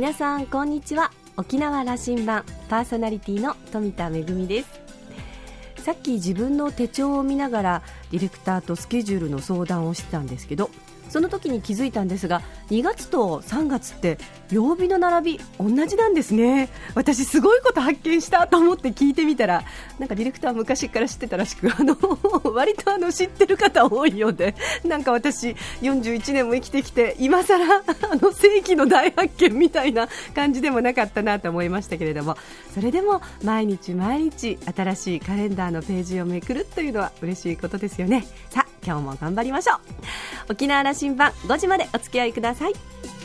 皆さんこんにちは。沖縄羅針盤パーソナリティの富田恵です。さっき自分の手帳を見ながらディレクターとスケジュールの相談をしてたんですけど、その時に気づいたんですが、2月と3月って曜日の並び同じなんですね。私すごいこと発見したと思って聞いてみたら、なんかディレクターは昔から知ってたらしく、割と知ってる方多いようで、なんか私41年も生きてきて今更世紀の大発見みたいな感じでもなかったなと思いましたけれども、それでも毎日毎日新しいカレンダーのページをめくるというのは嬉しいことですよね。さあ今日も頑張りましょう。沖縄羅針盤5時までお付き合いください。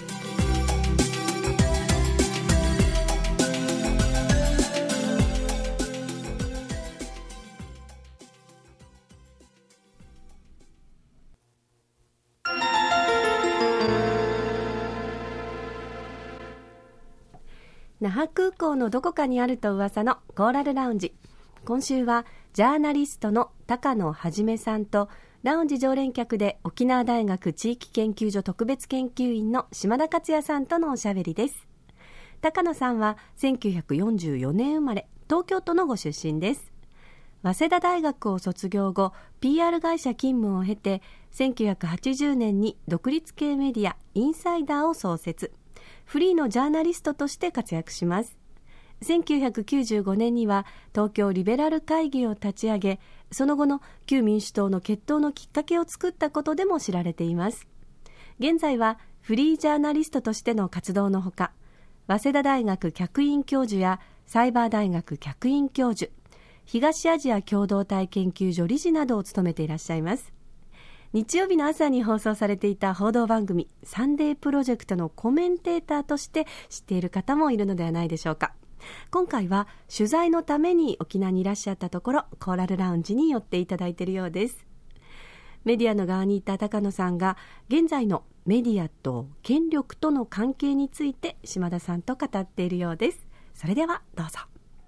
那覇空港のどこかにあると噂のコーラルラウンジ。今週はジャーナリストの高野はじめさんとラウンジ常連客で沖縄大学地域研究所特別研究員の島田克也さんとのおしゃべりです。高野さんは1944年生まれ、東京都のご出身です。早稲田大学を卒業後 PR 会社勤務を経て、1980年に独立系メディアインサイダーを創設。フリーのジャーナリストとして活躍します。1995年には東京リベラル会議を立ち上げ、その後の旧民主党の結党のきっかけを作ったことでも知られています。現在はフリージャーナリストとしての活動のほか、早稲田大学客員教授やサイバー大学客員教授、東アジア共同体研究所理事などを務めていらっしゃいます。日曜日の朝に放送されていた報道番組サンデープロジェクトのコメンテーターとして知っている方もいるのではないでしょうか。今回は取材のために沖縄にいらっしゃったところ、コーラルラウンジに寄っていただいているようです。メディアの側にいた高野さんが現在のメディアと権力との関係について島田さんと語っているようです。それではどうぞ。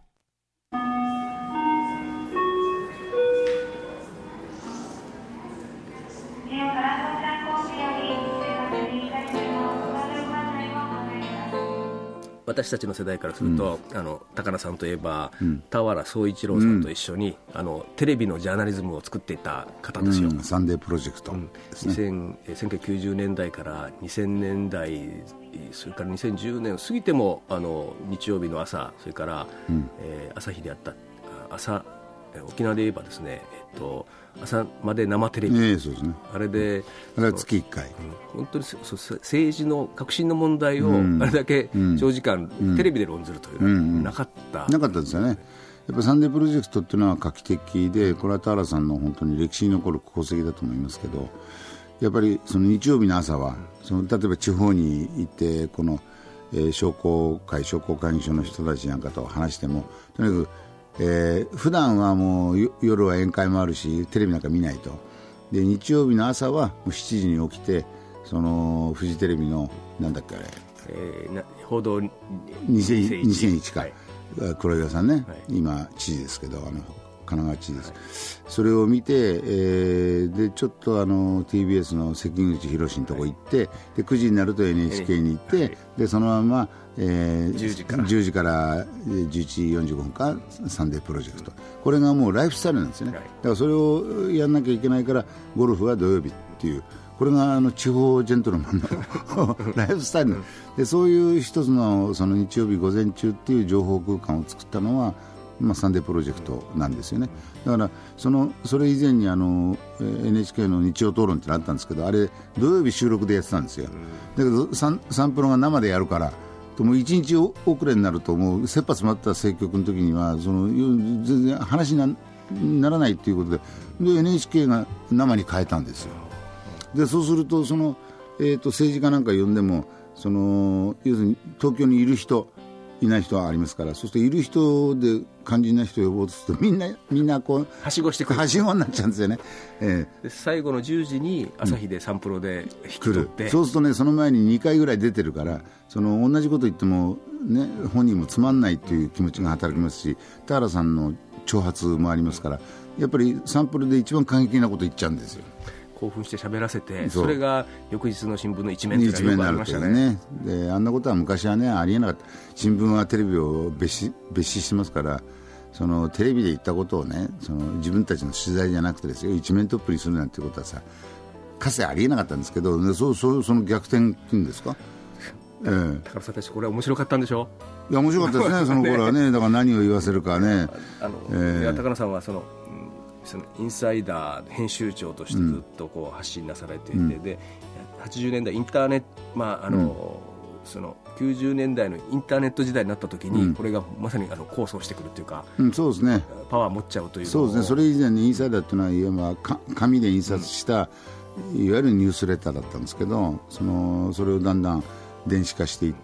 私たちの世代からすると、高野さんといえば、田原総一郎さんと一緒に、テレビのジャーナリズムを作っていた方ですよ。 サンデープロジェクトですね。 1990年代から2000年代、それから2010年を過ぎても日曜日の朝、それから、朝日であった朝、沖縄で言えばですね、朝まで生テレビ、 そうですね、 あれで月1回、 本当に政治の革新の問題をあれだけ長時間、テレビで論ずるというのはなかったですよね。やっぱサンデープロジェクトっていうのは画期的で、これは田原さんの本当に歴史に残る功績だと思いますけど、やっぱりその日曜日の朝は例えば地方に行ってこの、商工会議所の人たちなんかと話しても、とにかく普段はもう夜は宴会もあるしテレビなんか見ないと。で日曜日の朝はもう7時に起きて、そのフジテレビのなんだっけあれ、 報道 2001か、黒岩さんね、 はい、 今知事ですけど神奈川知事です、はい、それを見て、でちょっとTBS の関口宏のとこ行って、で9時になると NHK に行って、はい、でそのまま10時から11時45分かサンデープロジェクト、これがもうライフスタイルなんですよね、はい、だからそれをやんなきゃいけないから、ゴルフは土曜日っていう、これが地方ジェントルマンのライフスタイルで、そういう一つのその日曜日午前中っていう情報空間を作ったのは、サンデープロジェクトなんですよね。だからそれ以前にNHK の日曜討論ってのあったんですけど、あれ土曜日収録でやってたんですよ。だけどサンプロが生でやるからもう1日遅れになると、もう切羽詰まった政局の時には全然話にならないということで、NHK が生に変えたんですよ。でそうすると政治家なんか呼んでも、要するに東京にいる人いない人はありますから、そしている人で肝心な人を呼ぼうとするとみんなこうはしごしてくる、 はしごになっちゃうんですよね。 で最後の10時に朝日でサンプロで引き取って、 そうするとね、その前に2回ぐらい出てるから、同じこと言っても、ね、本人もつまんないという気持ちが働きますし、田原さんの挑発もありますから、やっぱりサンプルで一番過激なこと言っちゃうんですよ。 興奮して喋らせて、それが翌日の新聞の一面というのがよくありましたね。であんなことは昔はねありえなかった。新聞はテレビを別紙してますから、そのテレビで言ったことをね、その自分たちの取材じゃなくてですよ、一面トップにするなんてことはさ、かつてありえなかったんですけど、その逆転っていうんですか。 高田さんたちこれは面白かったんでしょう。いや面白かったですねその頃はね。だから何を言わせるかね。 いや高野さんはそのインサイダー編集長としてずっとこう発信なされていて、で80年代インターネット、その90年代のインターネット時代になった時に、これがまさに構想してくるというか、 そうですね、 パワー持っちゃうという。 そうですね。それ以前にインサイダーっていうのはいわば紙で印刷した、いわゆるニュースレターだったんですけど、それをだんだん電子化していって、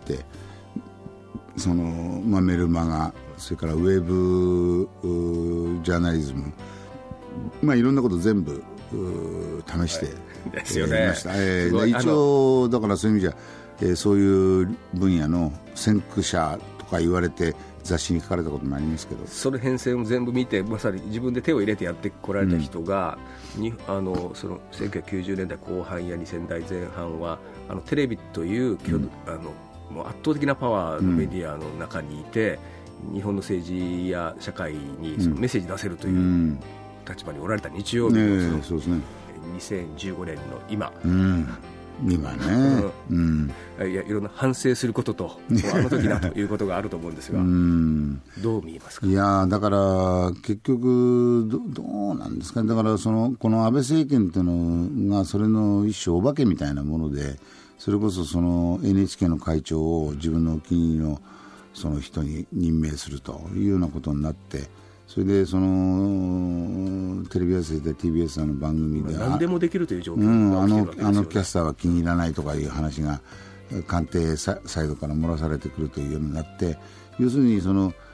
メルマガ、それからウェブジャーナリズム、いろんなこと全部試して、 ですよね。 一応だからそういう意味じゃ、そういう分野の先駆者とか言われて雑誌に書かれたこともありますけど、 その編成を全部見てまさに自分で手を入れてやってこられた人が、その1990年代後半や2000代前半はテレビという、もう圧倒的なパワーのメディアの中にいて、日本の政治や社会にそのメッセージ出せるという立場におられた日曜日のそうですね、 2015年の今、 今ね、 いろんな反省することとあの時だということがあると思うんですがどう見えますか。 いやだから結局 どうなんですかね。だからこの安倍政権というのがそれの一種お化けみたいなもので、それこそNHK の会長を自分のお気に入りのその人に任命するというようなことになって、それでテレビ朝日で TBS の番組で何でもできるという状況が起きてるわけですよね。 キャスターは気に入らないとかいう話が官邸サイドから漏らされてくるというようになって、要するに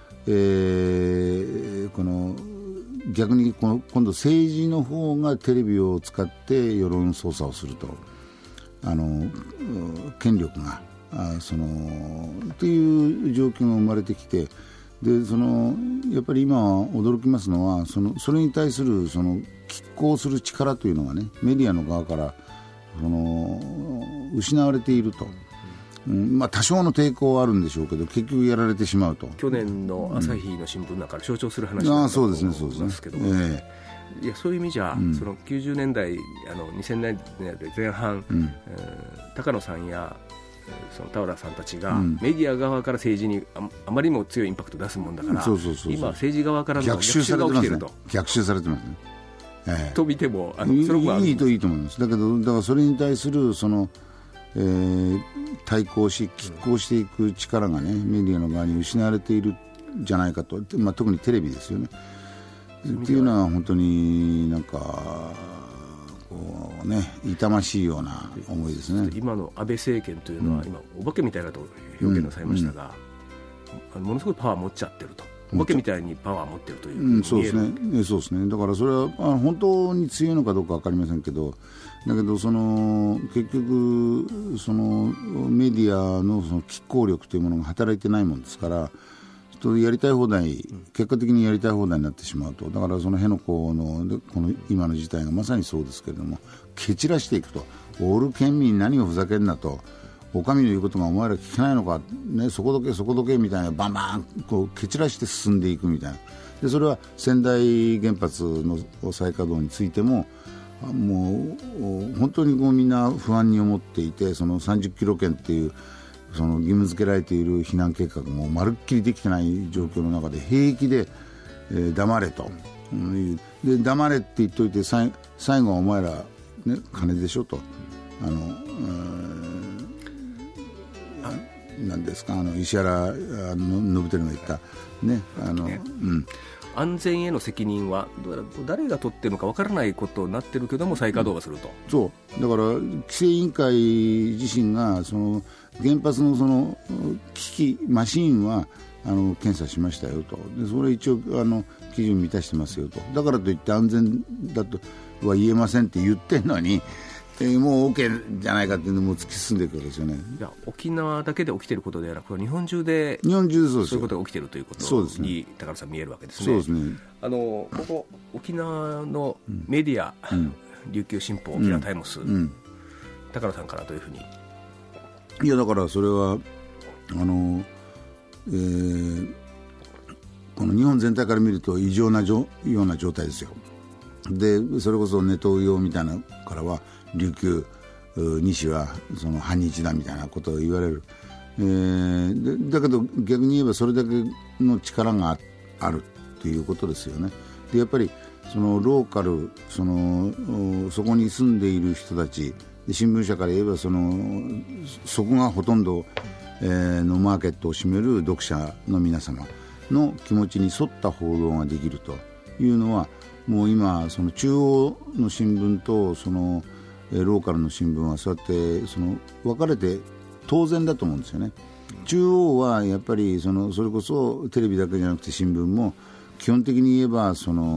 逆に今度政治の方がテレビを使って世論操作をすると、権力がっていう状況が生まれてきて、でやっぱり今驚きますのはそれに対する拮抗する力というのがね、メディアの側から失われていると、多少の抵抗はあるんでしょうけど結局やられてしまうと。 去年の朝日の新聞なんか象徴する話だったと思いますけども、いやそういう意味じゃ、その90年代2000年代前半、高野さんやその田浦さんたちが、メディア側から政治にあまりにも強いインパクトを出すもんだから、今政治側からの逆襲が起きていると。 逆襲されてますね、 と見てもいいと思います。だからそれに対する対抗し拮抗していく力がね、メディアの側に失われているんじゃないかと、特にテレビですよね。っていうのは本当になんか痛ましいような思いですね。 今の安倍政権というのは、今お化けみたいなと表現なさいましたが、ものすごいパワー持っちゃってると、お化けみたいにパワー持ってるという、 そうですね、そうですね。だからそれは本当に強いのかどうか分かりませんけど、だけど結局メディアの拮抗力というものが働いてないもんですから、やりたい放題、結果的にやりたい放題になってしまうと。だから辺野古のこの今の事態がまさにそうですけれども、蹴散らしていくと、オール県民何をふざけんなと、お上の言うことがお前ら聞けないのか、そこどけみたいな、バンバン蹴散らして進んでいくみたいな。でそれは仙台原発の再稼働についてももう本当にみんな不安に思っていて、30キロ圏っていう義務付けられている避難計画もまるっきりできてない状況の中で平気で、黙れと、で黙れって言っといて最後はお前ら、金でしょと、なんですか、石原伸晃が言った安全への責任は誰が取ってるのか分からないことになってるけども再稼働がすると、 そうだから規制委員会自身が原発の機器マシンは検査しましたよと、でそれ一応基準満たしてますよと、だからといって安全だとは言えませんって言ってるのに、もう OK じゃないかっていうのも突き進んでいくわけですよね。 いや沖縄だけで起きていることではなく、日本中でそういうことが起きているということに高田さん見えるわけですね。 そうですね。 ここ沖縄のメディア、 琉球新報、沖縄タイムス、高野さんからどういうふうに。 いやだからそれはこの日本全体から見ると異常なような状態ですよ。でそれこそネトウヨみたいなからは琉球西はその反日だみたいなことを言われる、だけど逆に言えばそれだけの力があるということですよね。でやっぱりそのローカルそこに住んでいる人たちで、新聞社から言えばそこがほとんど、のマーケットを占める読者の皆様の気持ちに沿った報道ができるというのは、もう今その中央の新聞とそのローカルの新聞はそうやって分かれて当然だと思うんですよね。中央はやっぱりそれこそテレビだけじゃなくて新聞も基本的に言えば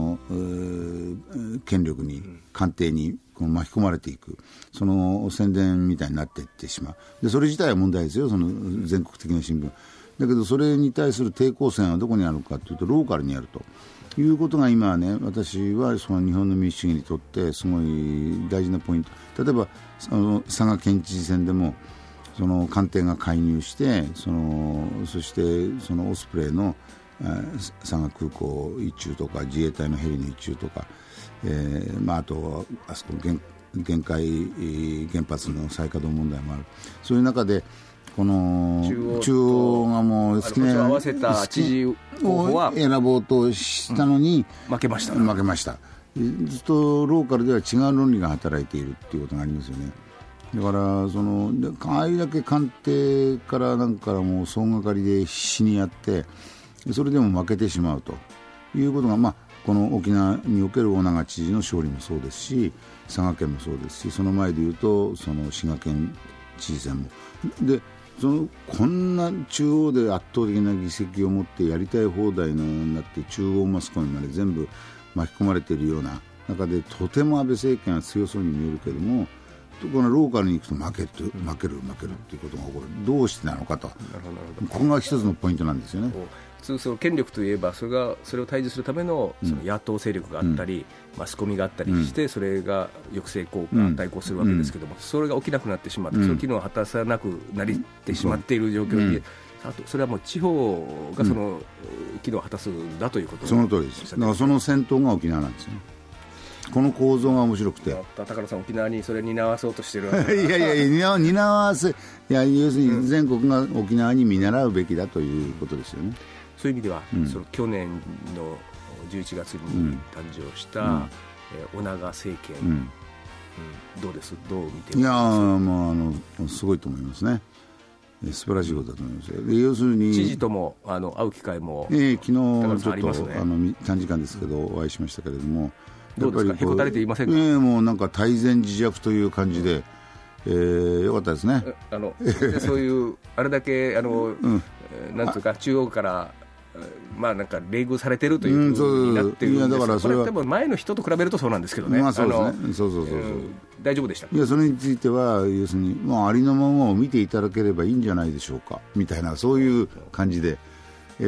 権力に官邸に巻き込まれていく、その宣伝みたいになっていってしまう。でそれ自体は問題ですよ、その全国的な新聞だけど、それに対する抵抗線はどこにあるかというとローカルにあるということが今はね、私はその日本の民主主義にとってすごい大事なポイント。例えば佐賀県知事選でもその官邸が介入して、そしてそのオスプレイの佐賀空港一中とか自衛隊のヘリの一中とか、あとあそこ限界原発の再稼働問題もある。そういう中でこの中央がもう好きな合わせた知事候補は選ぼうとしたのに、 負けました。 ずっとローカルでは違う論理が働いているということがありますよね。だからああいうだけ官邸からなんかもう総がかりで必死にやって、それでも負けてしまうということが、この沖縄における尾長知事の勝利もそうですし、佐賀県もそうですし、その前でいうとその滋賀県知事選もで、こんな中央で圧倒的な議席を持ってやりたい放題のようになって、中央マスコミまで全部巻き込まれているような中で、とても安倍政権は強そうに見えるけれども、このローカルに行くと負けるということが起こる。どうしてなのかと。ここが一つのポイントなんですよね。 普通権力といえばそれを対峙するためのその野党勢力があったり、マスコミがあったりして、それが抑制効果、対抗するわけですけども、それが起きなくなってしまって、その機能を果たさなくなってしまっている状況に、あとそれはもう地方がその機能を果たすんだということ、 その通りです。だからその先頭が沖縄なんですね。この構造が面白くて、 高野さん、沖縄にそれ担わそうとしてるいや担わせ、要するに全国が沖縄に見習うべきだということですよね。 そういう意味では、その去年の11月に誕生した、尾長政権、どう見てますか？ いやもうすごいと思いますね。素晴らしいことだと思います。要するに知事とも会う機会も、 昨日ちょっと短時間ですけどお会いしましたけれども、 どうですか、へこたれていませんか？ もうなんか泰然自若という感じで、よかったですね。 そういうあれだけなんていうか中央からなんか冷遇されてるというふうになっているんですが、これ多分前の人と比べるとそうなんですけどね。 そうですね。 大丈夫でした。 いや、それについては要するに、ありのままを見ていただければいいんじゃないでしょうかみたいな、そういう感じで、こ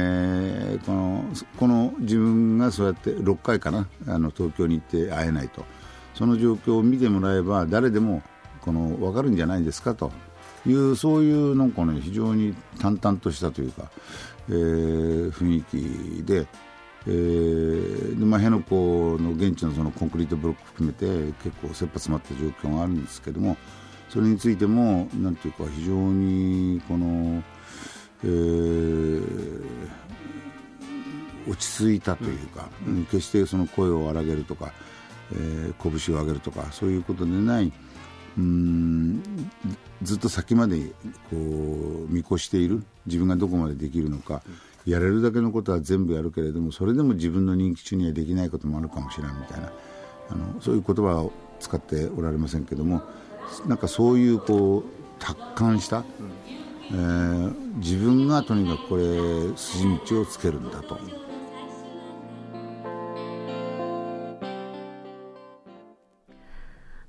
の自分がそうやって6回かな、東京に行って会えないと、その状況を見てもらえば誰でも分かるんじゃないですかという、そういうなんかね、非常に淡々としたというか、雰囲気で、辺野古の現地のそのコンクリートブロック含めて結構切羽詰まった状況があるんですけども、それについてもなんていうか非常に落ち着いたというか、決してその声を荒げるとか、拳を上げるとかそういうことでない、ずっと先まで見越している、自分がどこまでできるのか、やれるだけのことは全部やるけれども、それでも自分の任期中にはできないこともあるかもしれないみたいな、そういう言葉を使っておられませんけども、なんかそういう達観した、自分がとにかくこれ筋道をつけるんだと。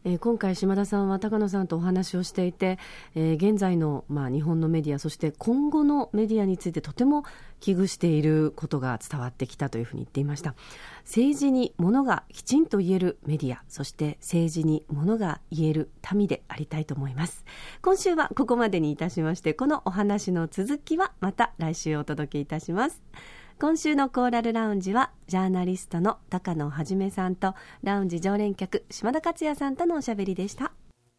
今回島田さんは高野さんとお話をしていて、現在の、日本のメディア、そして今後のメディアについてとても危惧していることが伝わってきたというふうに言っていました。政治にものがきちんと言えるメディア、そして政治にものが言える民でありたいと思います。今週はここまでにいたしまして、このお話の続きはまた来週お届けいたします。今週のコーラルラウンジはジャーナリストの高野はじめさんとラウンジ常連客島田克也さんとのおしゃべりでした。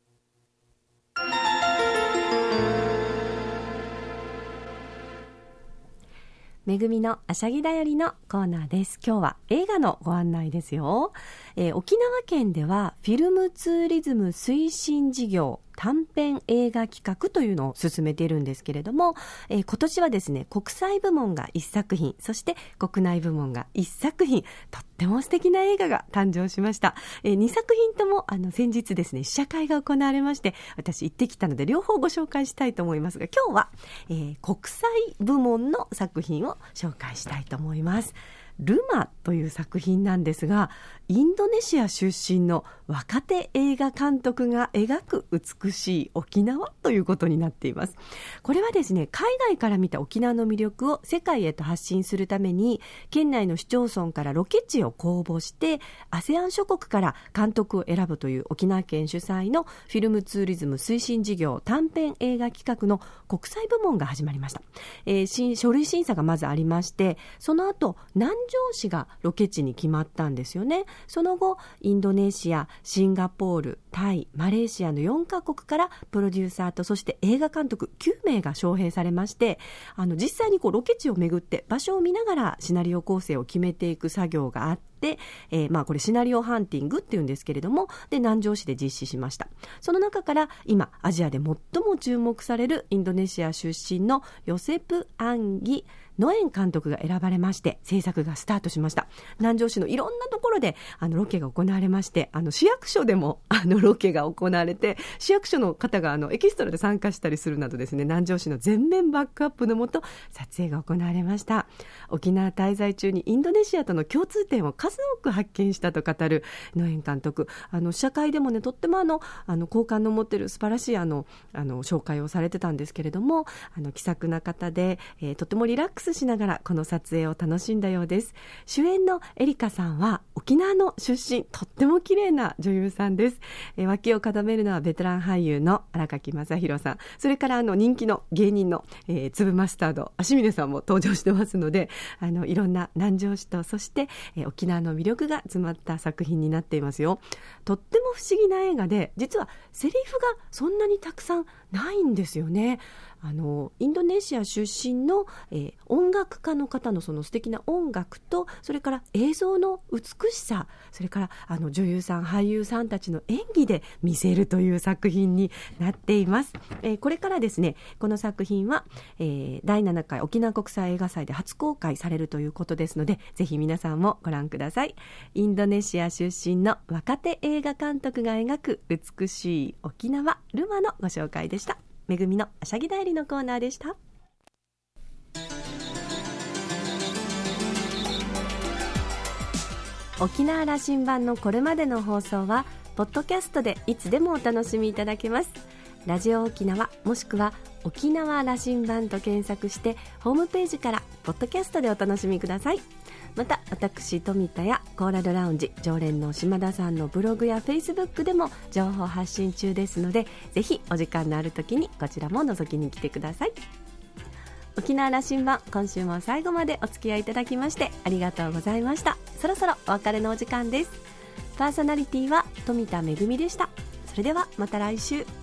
めぐみのあしゃぎだよりのコーナーです。今日は映画のご案内ですよ。沖縄県ではフィルムツーリズム推進事業短編映画企画というのを進めているんですけれども、今年はですね、国際部門が1作品、そして国内部門が1作品、とっても素敵な映画が誕生しました。2作品とも先日ですね、試写会が行われまして、私行ってきたので両方ご紹介したいと思いますが、今日は、国際部門の作品を紹介したいと思います。ルマという作品なんですが、インドネシア出身の若手映画監督が描く美しい沖縄ということになっています。これはですね、海外から見た沖縄の魅力を世界へと発信するために、県内の市町村からロケ地を公募して ASEAN 諸国から監督を選ぶという沖縄県主催のフィルムツーリズム推進事業短編映画企画の国際部門が始まりました。書類審査がまずありまして、その後南城市がロケ地に決まったんですよね。その後インドネシア、シンガポール、タイ、マレーシアの4カ国からプロデューサーとそして映画監督9名が招聘されまして、実際にロケ地を巡って場所を見ながらシナリオ構成を決めていく作業があって、これシナリオハンティングっていうんですけれども、で南城市で実施しました。その中から今アジアで最も注目されるインドネシア出身のヨセプ・アンギ・ノエン監督が選ばれまして制作がスタートしました。南城市のいろんなところでロケが行われまして、市役所でもロケが行われて、市役所の方がエキストラで参加したりするなどですね、南城市の全面バックアップのもと撮影が行われました。沖縄滞在中にインドネシアとの共通点を数多く発見したと語るノエン監督、試写会でもね、とっても好感の持ってる素晴らしい紹介をされてたんですけれども、気さくな方で、とてもリラックスしながらこの撮影を楽しんだようです。主演のエリカさんは沖縄の出身、とっても綺麗な女優さんです。脇を固めるのはベテラン俳優の荒垣正弘さん、それから人気の芸人の、粒マスタード足峰さんも登場してますので、いろんな南城市とそして、沖縄の魅力が詰まった作品になっていますよ。とっても不思議な映画で、実はセリフがそんなにたくさんないんですよね。インドネシア出身の、音楽家の方のその素敵な音楽と、それから映像の美しさ、それから女優さん俳優さんたちの演技で見せるという作品になっています。これからですね、この作品は、第7回沖縄国際映画祭で初公開されるということですので、ぜひ皆さんもご覧ください。インドネシア出身の若手映画監督が描く美しい沖縄ルマのご紹介でした。めぐみのあしゃぎだよりのコーナーでした。沖縄羅針盤のこれまでの放送はポッドキャストでいつでもお楽しみいただけます。ラジオ沖縄もしくは沖縄羅針盤と検索してホームページからポッドキャストでお楽しみください。また私富田やコーラルラウンジ常連の島田さんのブログやフェイスブックでも情報発信中ですので、ぜひお時間のある時にこちらも覗きに来てください。沖縄羅針盤、今週も最後までお付き合いいただきましてありがとうございました。そろそろお別れのお時間です。パーソナリティは富田恵でした。それではまた来週。